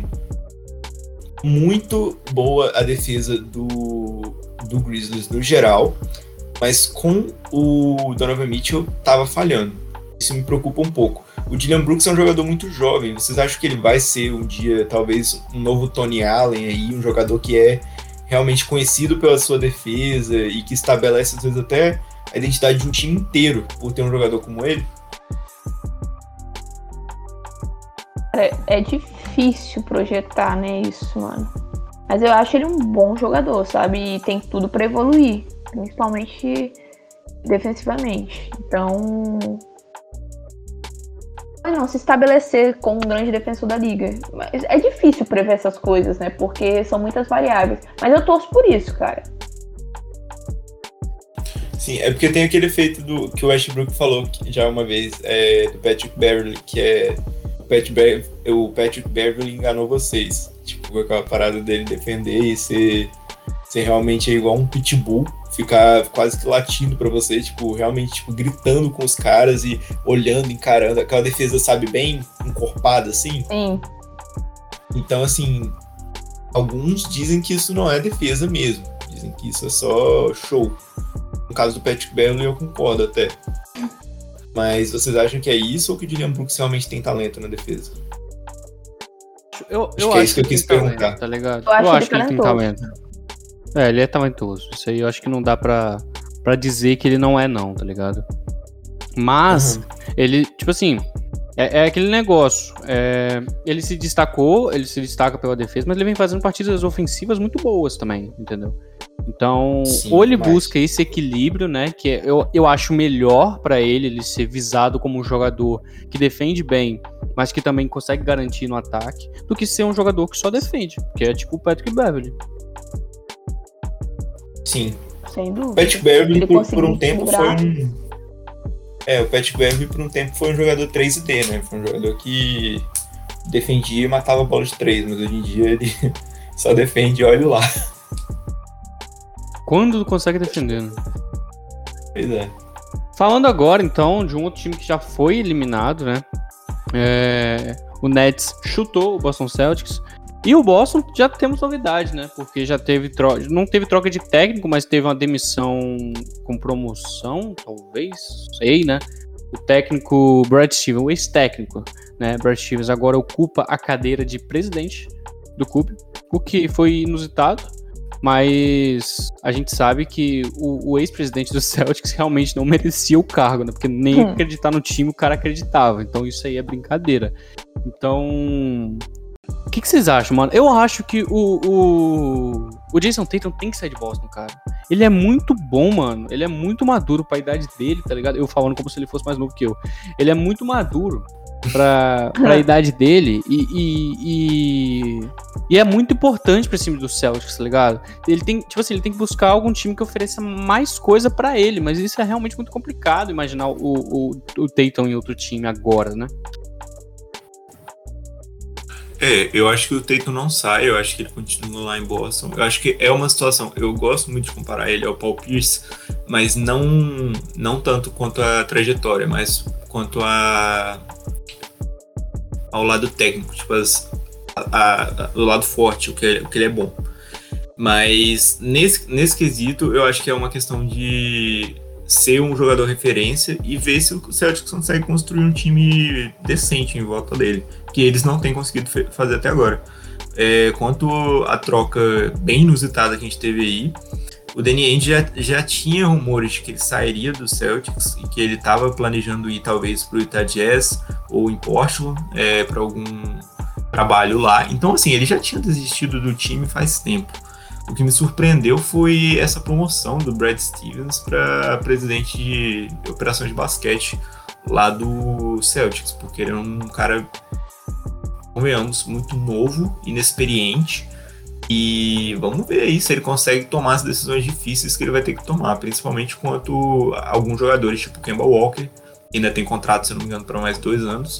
muito boa a defesa do Grizzlies no geral, mas com o Donovan Mitchell tava falhando. Isso me preocupa um pouco. O Dillon Brooks é um jogador muito jovem. Vocês acham que ele vai ser um dia, talvez, um novo Tony Allen aí, um jogador que é realmente conhecido pela sua defesa e que estabelece, às vezes, até a identidade de um time inteiro por ter um jogador como ele? É difícil projetar, né, isso, mano. Mas eu acho ele um bom jogador, sabe? E tem tudo pra evoluir, principalmente defensivamente. Então, não se estabelecer como um grande defensor da liga. Mas é difícil prever essas coisas, né? Porque são muitas variáveis. Mas eu torço por isso, cara. Sim, é porque tem aquele efeito que o Westbrook falou já uma vez, do Patrick Beverley, que é o Patrick Beverley enganou vocês. Tipo, aquela parada dele defender e ser realmente igual um pitbull, ficar quase que latindo pra você, tipo, realmente tipo, gritando com os caras e olhando, encarando, aquela defesa, sabe, bem encorpada, assim. Sim. Então, assim, alguns dizem que isso não é defesa mesmo, dizem que isso é só show. No caso do Patrick Beverley, eu concordo até. Mas vocês acham que é isso ou que o Dillon Brooks realmente tem talento na defesa? Eu que é isso que eu quis perguntar. Talento, tá ligado? Eu acho que ele tem talento. Ele é talentoso. Isso aí eu acho que não dá pra dizer que ele não é, não, tá ligado? Mas, ele, tipo assim, é aquele negócio. Ele se destaca pela defesa, mas ele vem fazendo partidas ofensivas muito boas também, entendeu? Então, sim, ou ele busca esse equilíbrio, né? Que eu acho melhor pra ele ser visado como um jogador que defende bem, mas que também consegue garantir no ataque, do que ser um jogador que só defende, que é tipo o Patrick Beverley. Sim. Sem dúvida. O Patrick Beverley por um tempo equilibrar. o Patrick Beverley por um tempo foi um jogador 3D, né? Foi um jogador que defendia e matava a bola de 3, mas hoje em dia ele só defende e olha lá. Quando consegue defender, né? Pois é. Falando agora, então, de um outro time que já foi eliminado, né? O Nets chutou o Boston Celtics. E o Boston já temos novidade, né? Porque já teve não teve troca de técnico, mas teve uma demissão com promoção, talvez, sei, né? O técnico Brad Stevens, o ex-técnico, né? Brad Stevens agora ocupa a cadeira de presidente do clube, o que foi inusitado, mas a gente sabe que o ex-presidente do Celtics realmente não merecia o cargo, né? Porque nem acreditar no time o cara acreditava, então isso aí é brincadeira. Então... O que vocês acham, mano? Eu acho que o Jason Tatum tem que sair de Boston, cara. Ele é muito bom, mano. Ele é muito maduro pra idade dele, tá ligado? Eu falando como se ele fosse mais novo que eu. Ele é muito maduro pra idade dele e é muito importante pra esse time do Celtics, tá ligado? Ele tem, tipo assim, ele tem que buscar algum time que ofereça mais coisa pra ele, mas isso é realmente muito complicado, imaginar o Tatum em outro time agora, né? Eu acho que o Tatum não sai, eu acho que ele continua lá em Boston. Eu acho que é uma situação, eu gosto muito de comparar ele ao Paul Pierce, mas não tanto quanto a trajetória, mas quanto ao lado técnico, tipo, o lado forte, o que ele é bom. Mas nesse quesito, eu acho que é uma questão de ser um jogador referência e ver se o Celtics consegue construir um time decente em volta dele, que eles não têm conseguido fazer até agora. Quanto à troca bem inusitada que a gente teve aí, o Danny Ainge já tinha rumores de que ele sairia do Celtics e que ele estava planejando ir talvez para o Utah Jazz ou em Portland para algum trabalho lá. Então, assim, ele já tinha desistido do time faz tempo. O que me surpreendeu foi essa promoção do Brad Stevens para presidente de operações de basquete lá do Celtics, porque ele é um cara, convenhamos, muito novo, inexperiente, e vamos ver aí se ele consegue tomar as decisões difíceis que ele vai ter que tomar, principalmente quanto a alguns jogadores, tipo Kemba Walker, que ainda tem contrato, se não me engano, para mais 2 anos,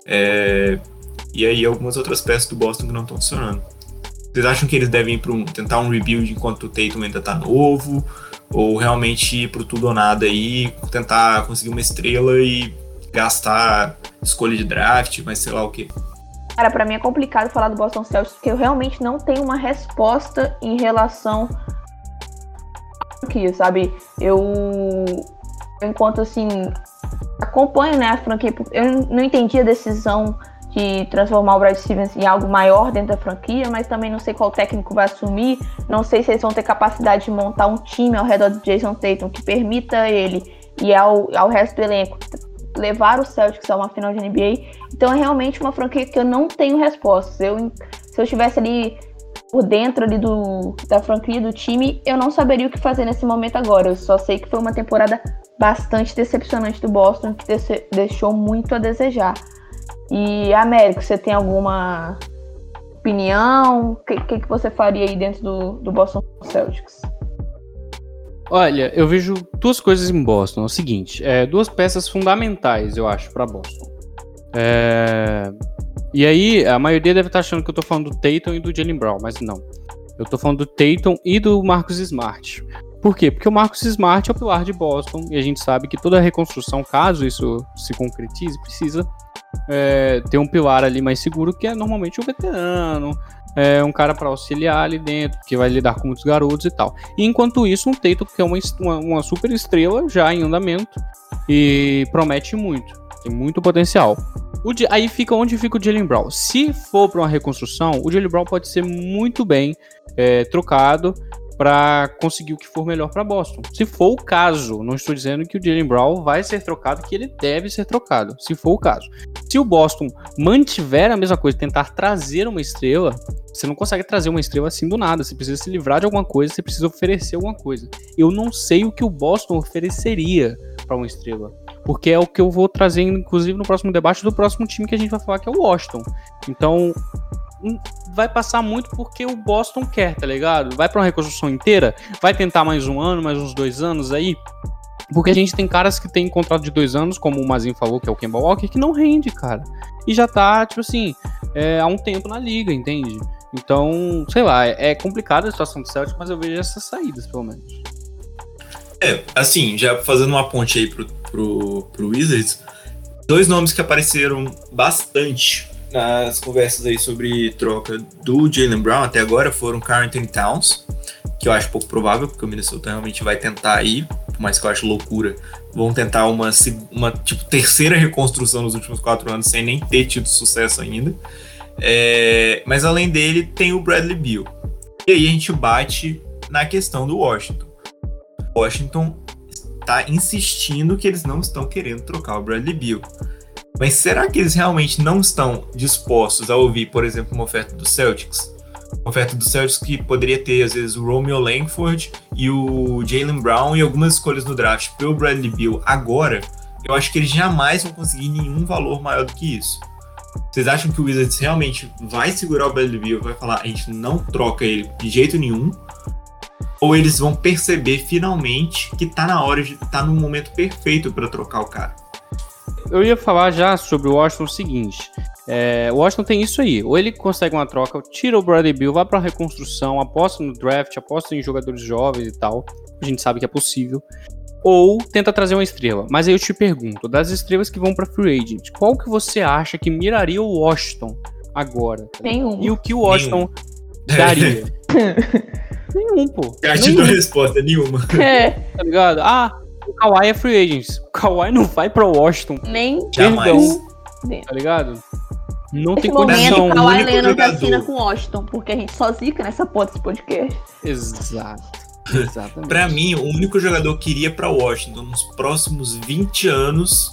e aí algumas outras peças do Boston que não estão funcionando. Vocês acham que eles devem ir tentar um rebuild enquanto o Tatum ainda tá novo? Ou realmente ir pro tudo ou nada aí, tentar conseguir uma estrela e gastar escolha de draft, mas sei lá o quê? Cara, pra mim é complicado falar do Boston Celtics, porque eu realmente não tenho uma resposta em relação aqui, sabe? Enquanto assim, acompanho, né, a franquia, eu não entendi a decisão de transformar o Brad Stevens em algo maior dentro da franquia, mas também não sei qual técnico vai assumir, não sei se eles vão ter capacidade de montar um time ao redor do Jason Tatum que permita ele e ao resto do elenco levar o Celtics a uma final de NBA. Então é realmente uma franquia que eu não tenho respostas. Se eu estivesse ali por dentro ali da franquia, do time, eu não saberia o que fazer nesse momento agora. Eu só sei que foi uma temporada bastante decepcionante do Boston, que deixou muito a desejar. E, Américo, você tem alguma opinião? O que você faria aí dentro do Boston Celtics? Olha, eu vejo 2 coisas em Boston. É o seguinte, 2 peças fundamentais, eu acho, para Boston. E aí, a maioria deve estar achando que eu tô falando do Tatum e do Jaylen Brown, mas não. Eu tô falando do Tatum e do Marcus Smart. Por quê? Porque o Marcus Smart é o pilar de Boston e a gente sabe que toda reconstrução, caso isso se concretize, precisa ter um pilar ali mais seguro, que é normalmente um veterano, um cara para auxiliar ali dentro, que vai lidar com muitos garotos e tal. E enquanto isso, um Tatum que é uma super estrela já em andamento e promete muito, tem muito potencial. Aí fica onde fica o Jaylen Brown. Se for para uma reconstrução, o Jaylen Brown pode ser muito bem trocado para conseguir o que for melhor para Boston. Se for o caso, não estou dizendo que o Jaylen Brown vai ser trocado, que ele deve ser trocado, se for o caso. Se o Boston mantiver a mesma coisa, tentar trazer uma estrela, você não consegue trazer uma estrela assim do nada, você precisa se livrar de alguma coisa, você precisa oferecer alguma coisa. Eu não sei o que o Boston ofereceria para uma estrela, porque é o que eu vou trazer, inclusive, no próximo debate do próximo time que a gente vai falar, que é o Washington. Então, vai passar muito porque o Boston quer, tá ligado? Vai pra uma reconstrução inteira, vai tentar mais um ano, mais uns 2 anos aí, porque a gente tem caras que tem contrato de 2 anos, como o Mazinho falou, que é o Kemba Walker, que não rende, cara. E já tá, tipo assim, há um tempo na liga, entende? Então, sei lá, é complicada a situação do Celtics, mas eu vejo essas saídas, pelo menos. Assim, já fazendo uma ponte aí pro Wizards, 2 nomes que apareceram bastante nas conversas aí sobre troca do Jaylen Brown até agora foram Karl Anthony Towns, que eu acho pouco provável, porque o Minnesota realmente vai tentar aí, por mais que eu acho loucura, vão tentar uma tipo, terceira reconstrução nos últimos 4 anos, sem nem ter tido sucesso ainda. Mas além dele, tem o Bradley Beal. E aí a gente bate na questão do Washington. Washington está insistindo que eles não estão querendo trocar o Bradley Beal. Mas será que eles realmente não estão dispostos a ouvir, por exemplo, uma oferta do Celtics? Uma oferta do Celtics que poderia ter, às vezes, o Romeo Langford e o Jaylen Brown e algumas escolhas no draft pelo Bradley Beal agora. Eu acho que eles jamais vão conseguir nenhum valor maior do que isso. Vocês acham que o Wizards realmente vai segurar o Bradley Beal, vai falar, a gente não troca ele de jeito nenhum? Ou eles vão perceber finalmente que tá na hora de tá no momento perfeito para trocar o cara? Eu ia falar já sobre o Washington o seguinte. O Washington tem isso aí. Ou ele consegue uma troca, tira o Bradley Beal, vai pra reconstrução, aposta no draft, aposta em jogadores jovens e tal. A gente sabe que é possível. Ou tenta trazer uma estrela. Mas aí eu te pergunto, das estrelas que vão pra free agent, qual que você acha que miraria o Washington agora? Nenhum. E o que o Washington daria? Nenhum, pô. Já te dou resposta, nenhuma. Tá ligado? O Kawhi é free agent. O Kawhi não vai pra Washington. Nem jamais. Tá ligado? Não Nesse tem momento, condição. o Kawhi único Leonard jogador. assina com Washington, porque a gente só zica nessa porra desse podcast. Exato. Exatamente. Pra mim, o único jogador que iria pra Washington nos próximos 20 anos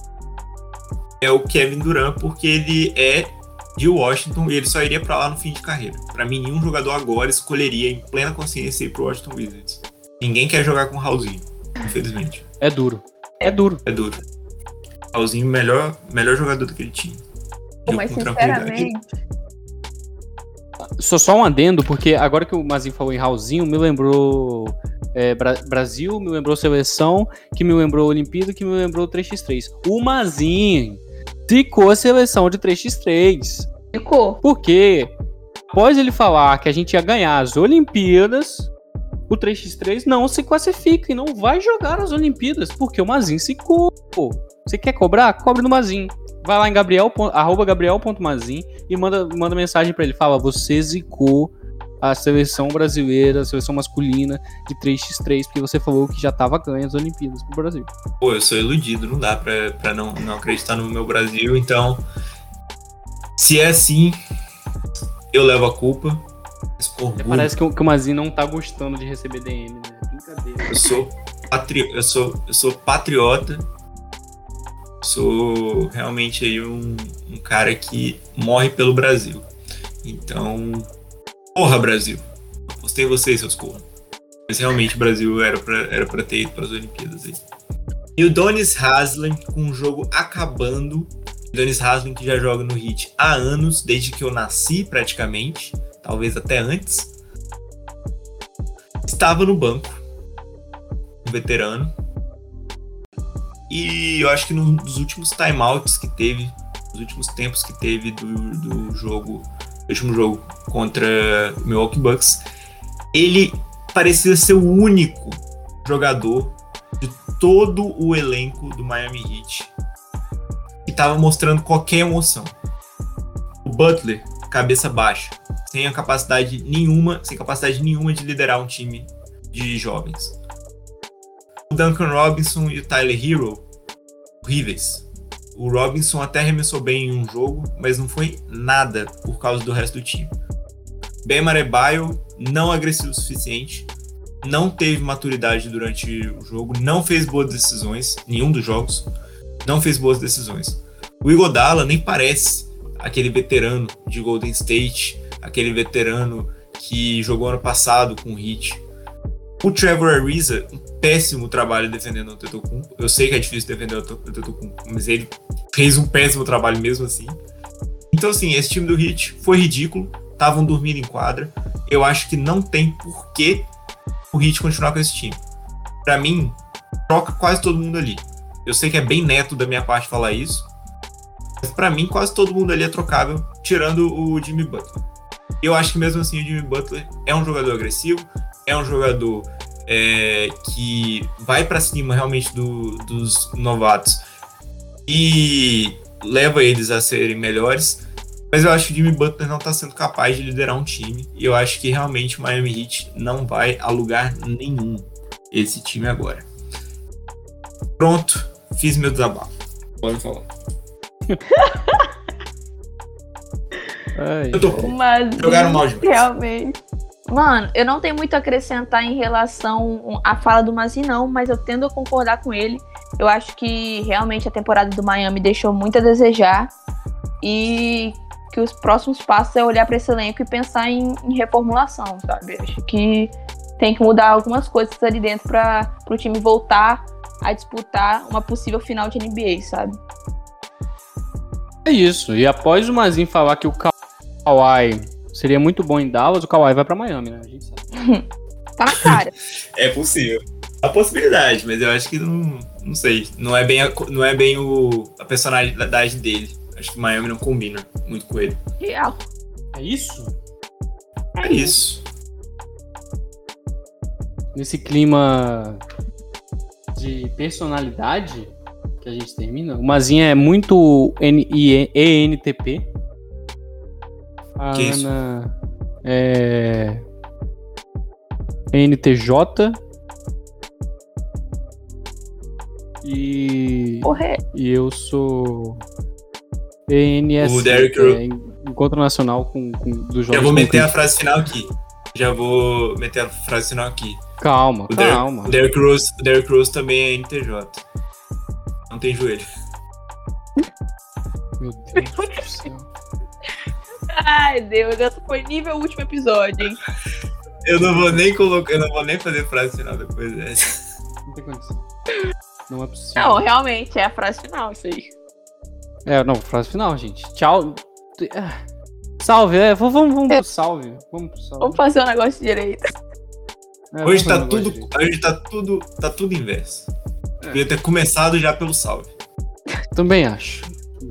é o Kevin Durant, porque ele é de Washington e ele só iria pra lá no fim de carreira. Pra mim, nenhum jogador agora escolheria em plena consciência ir pro Washington Wizards. Ninguém quer jogar com o Raulzinho, infelizmente. É duro. É duro. É duro. Raulzinho, melhor jogador daquele time. Pô, mas sinceramente, Só um adendo, porque agora que o Mazinho falou em Raulzinho, me lembrou Brasil, me lembrou Seleção, que me lembrou Olimpíada, que me lembrou 3x3. O Mazinho ficou a seleção de 3x3. ficou. Porque, após ele falar que a gente ia ganhar as Olimpíadas, o 3x3 não se classifica e não vai jogar as Olimpíadas, porque o Mazinho ficou. Você quer cobrar? Cobre no Mazinho. Vai lá em @gabriel.mazin e manda mensagem pra ele. Fala, você zicou a seleção brasileira, a seleção masculina de 3x3, porque você falou que já tava ganha as Olimpíadas pro Brasil. Pô, eu sou iludido, não dá pra não acreditar no meu Brasil, então se é assim, eu levo a culpa. Parece que o Mazinho não tá gostando de receber DM, né? Brincadeira. Eu sou patriota. Sou realmente aí um cara que morre pelo Brasil. Então, porra, Brasil. Apostei em vocês, seus cornos. Mas realmente o Brasil era pra ter ido para as Olimpíadas aí. E o Udonis Haslem, com o jogo acabando. Udonis Haslem que já joga no Heat há anos, desde que eu nasci praticamente. Talvez até antes. Estava no banco. Um veterano. E eu acho que nos últimos timeouts que teve, nos últimos tempos que teve do jogo, do último jogo contra o Milwaukee Bucks, ele parecia ser o único jogador de todo o elenco do Miami Heat que estava mostrando qualquer emoção. O Butler, cabeça baixa, sem capacidade nenhuma de liderar um time de jovens. O Duncan Robinson e o Tyler Hero, horríveis. O Robinson até arremessou bem em um jogo, mas não foi nada por causa do resto do time. Bam Adebayo, não agressivo o suficiente, não teve maturidade durante o jogo, não fez boas decisões, nenhum dos jogos, não fez boas decisões. O Iguodala nem parece aquele veterano de Golden State, aquele veterano que jogou ano passado com o Heat. O Trevor Ariza, um péssimo trabalho defendendo o Antetokounmpo. Eu sei que é difícil defender o Antetokounmpo, mas ele fez um péssimo trabalho mesmo assim. Então, assim, esse time do Heat foi ridículo. Estavam dormindo em quadra. Eu acho que não tem porquê o Heat continuar com esse time. Pra mim, troca quase todo mundo ali. Eu sei que é bem neto da minha parte falar isso, mas pra mim, quase todo mundo ali é trocável, tirando o Jimmy Butler. Eu acho que mesmo assim o Jimmy Butler é um jogador agressivo, é um jogador que vai pra cima realmente dos novatos e leva eles a serem melhores. Mas eu acho que o Jimmy Butler não tá sendo capaz de liderar um time. E eu acho que realmente o Miami Heat não vai a lugar nenhum esse time agora. Pronto, fiz meu desabafo. Pode falar. Eu tô Mas jogaram mal demais. realmente. Mano, eu não tenho muito a acrescentar em relação à fala do Mazin, não, mas eu tendo a concordar com ele. Eu acho que realmente a temporada do Miami deixou muito a desejar e que os próximos passos é olhar para esse elenco e pensar em reformulação, sabe? Acho que tem que mudar algumas coisas ali dentro para o time voltar a disputar uma possível final de NBA, sabe? É isso. E após o Mazin falar que o Kawhi seria muito bom em Dallas, o Kawhi vai pra Miami, né? A gente sabe. Tá na cara. É possível. A possibilidade, mas eu acho que não sei. Não é bem a personalidade dele. Acho que o Miami não combina muito com ele. Real. É isso? É isso. Nesse clima de personalidade que a gente termina, o Mazin é muito ENTP. A Que isso? Ana é NTJ. E eu sou ENS, O Derrick Rose. Encontro Nacional dos Jogos. Já vou meter a frase final aqui. Calma. O Derrick Rose também é NTJ. Não tem joelho. Meu Deus do céu. Ai, Deus, essa foi nível último episódio, hein? Eu não vou nem fazer frase final depois dessa. Não tem condição. Não é possível. Não, realmente, é a frase final, isso aí. Frase final, gente. Tchau. Salve, vamos pro salve. Vamos fazer um negócio direito. Hoje tá tudo inverso. Podia ter começado já pelo salve. Também acho.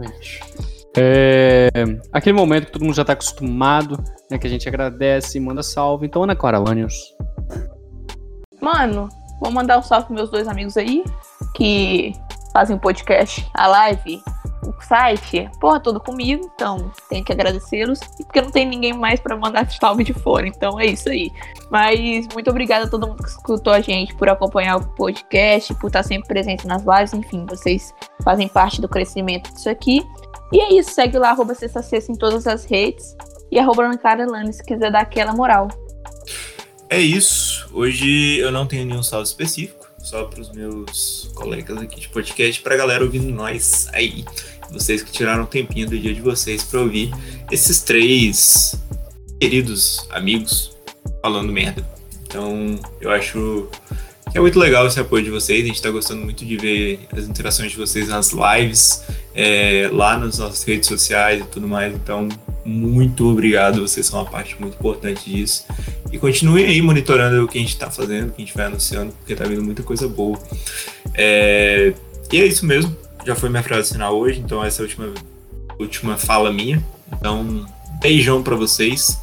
Aquele momento que todo mundo já tá acostumado, né, que a gente agradece e manda salve. Então, Ana Clara Lanius. Mano, vou mandar um salve pros meus dois amigos aí, que fazem o podcast, a live, o site, porra toda comigo, então tenho que agradecê-los, porque não tem ninguém mais pra mandar salve de fora, então é isso aí. Mas muito obrigada a todo mundo que escutou a gente, por acompanhar o podcast, por estar sempre presente nas lives, enfim, vocês fazem parte do crescimento disso aqui. E é isso, segue lá, @sexta-sexta em todas as redes, e @AnaClaraLane se quiser dar aquela moral. É isso, hoje eu não tenho nenhum salve específico, só para os meus colegas aqui de podcast, pra galera ouvindo nós aí, vocês que tiraram um tempinho do dia de vocês pra ouvir esses três queridos amigos falando merda. Então eu acho que é muito legal esse apoio de vocês, a gente tá gostando muito de ver as interações de vocês nas lives, lá nas nossas redes sociais e tudo mais, então muito obrigado, vocês são uma parte muito importante disso. E continuem aí monitorando o que a gente tá fazendo, o que a gente vai anunciando, porque tá vindo muita coisa boa. E é isso mesmo, já foi minha frase final hoje, então essa é a última fala minha. Então, beijão pra vocês.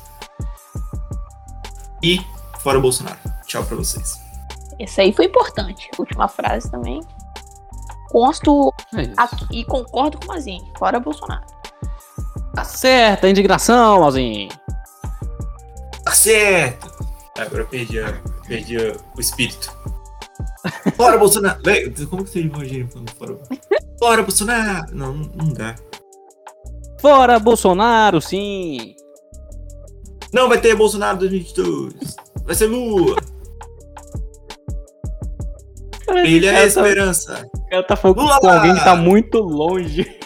E fora Bolsonaro. Tchau pra vocês. Essa aí foi importante, última frase também. Consto aqui e concordo com o Mazin, fora Bolsonaro. Tá certa a indignação, Malzinho. Tá certo! Agora perdi o espírito. Fora Bolsonaro! Como que você imagina falando fora? Fora Bolsonaro! Não dá. Fora Bolsonaro, sim! Não vai ter Bolsonaro 2022! Vai ser Lula! Brilha a esperança! O cara tá falando com alguém que tá muito longe.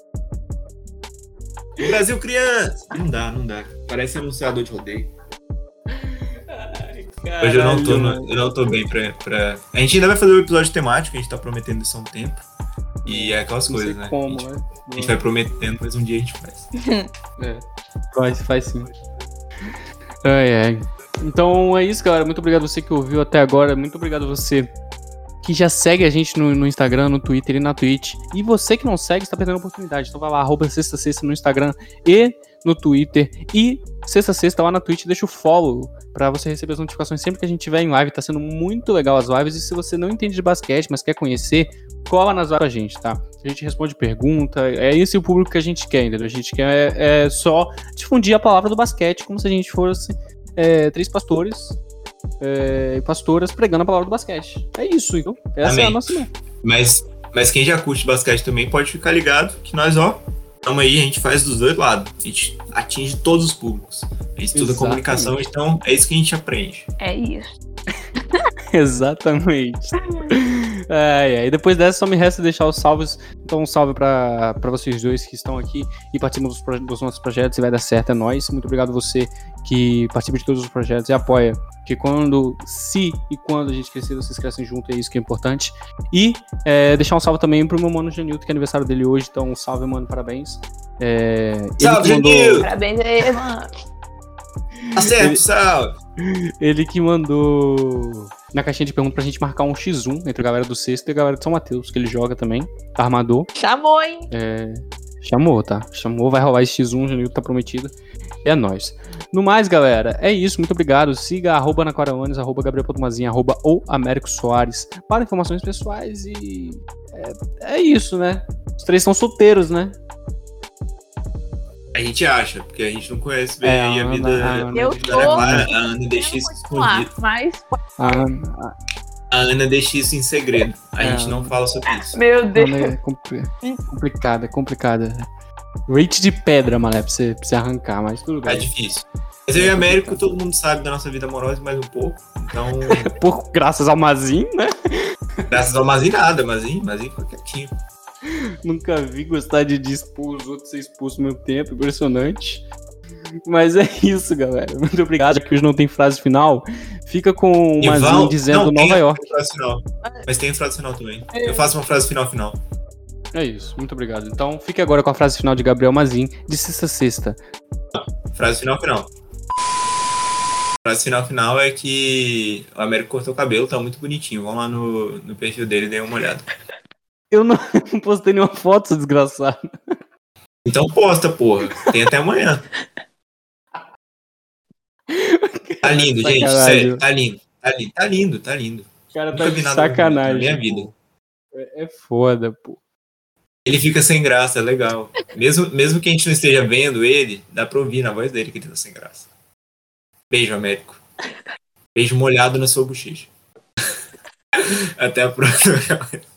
Brasil criança! Não dá. Parece anunciador de rodeio. Ai, hoje eu não tô bem pra... A gente ainda vai fazer o episódio temático, a gente tá prometendo isso há um tempo. E é aquelas não coisas, sei né? Como, a gente vai prometendo, mas um dia a gente faz. Faz sim. Ai. Então é isso, galera. Muito obrigado a você que ouviu até agora. Muito obrigado a você que já segue a gente no Instagram, no Twitter e na Twitch. E você que não segue, está perdendo a oportunidade. Então vai lá, @sexta-sexta no Instagram e no Twitter. E sexta-sexta lá na Twitch, deixa o follow pra você receber as notificações sempre que a gente tiver em live. Tá sendo muito legal as lives. E se você não entende de basquete, mas quer conhecer, cola nas lives com a gente, tá? A gente responde pergunta. É esse o público que a gente quer, entendeu? A gente quer só difundir a palavra do basquete como se a gente fosse 3 pastores e pastoras pregando a palavra do basquete. É isso, então. Essa é a nossa meta. Mas quem já curte basquete também pode ficar ligado que nós, estamos aí, a gente faz dos dois lados. A gente atinge todos os públicos. A gente estuda comunicação, então é isso que a gente aprende. É isso. Exatamente. E depois dessa só me resta deixar os salves. Então um salve pra vocês dois que estão aqui e participam dos nossos projetos, e vai dar certo, é nóis. Muito obrigado você que participa de todos os projetos e apoia, que quando a gente crescer, vocês crescem junto, é isso que é importante. E deixar um salve também pro meu mano Genilton, que é aniversário dele hoje, então um salve, mano, parabéns. Salve, Genilton! Parabéns aí, mano. Tá certo, salve! Ele que mandou na caixinha de perguntas pra gente marcar um X1 entre a galera do Sexto e a galera de São Mateus, que ele joga também, tá armador. Chamou, hein? Chamou, tá? Chamou, vai rolar esse X1, o Janilton tá prometido. É nóis. No mais, galera, é isso, muito obrigado. Siga @naquaraones, @gabriel.mazinha, @o Américo Soares para informações pessoais e é isso, né? Os 3 estão solteiros, né? A gente acha, porque a gente não conhece bem aí a vida. A Ana deixa isso escondido. Mas... A Ana deixa isso em segredo. A gente não fala sobre isso. Meu Deus. É complicada. Rate de pedra, mané, pra você arrancar, mas tudo bem. É difíquíssimo. Mas eu e o Américo, todo mundo sabe da nossa vida amorosa mais um pouco. Então. Graças ao Mazin, né? Graças ao Mazin nada, Mazin ficou quietinho. Nunca vi gostar de expor os outros, ser expulso ao mesmo tempo, impressionante. Mas é isso, galera. Muito obrigado. Que hoje não tem frase final. Fica com o Mazin dizendo Nova York. Mas tem frase final também. Eu faço uma frase final. É isso, muito obrigado. Então fique agora com a frase final de Gabriel Mazin, de sexta. Frase final. Frase final é que o Américo cortou o cabelo, tá muito bonitinho. Vão lá no perfil dele e deem uma olhada. Eu não postei nenhuma foto, seu desgraçado. Então posta, porra. Tem até amanhã. Tá lindo, gente. Sério. Tá lindo. O cara tá de sacanagem. Na minha vida. É foda, pô. Ele fica sem graça, é legal. Mesmo que a gente não esteja vendo ele, dá pra ouvir na voz dele que ele tá sem graça. Beijo, Américo. Beijo molhado na sua bochecha. Até a próxima.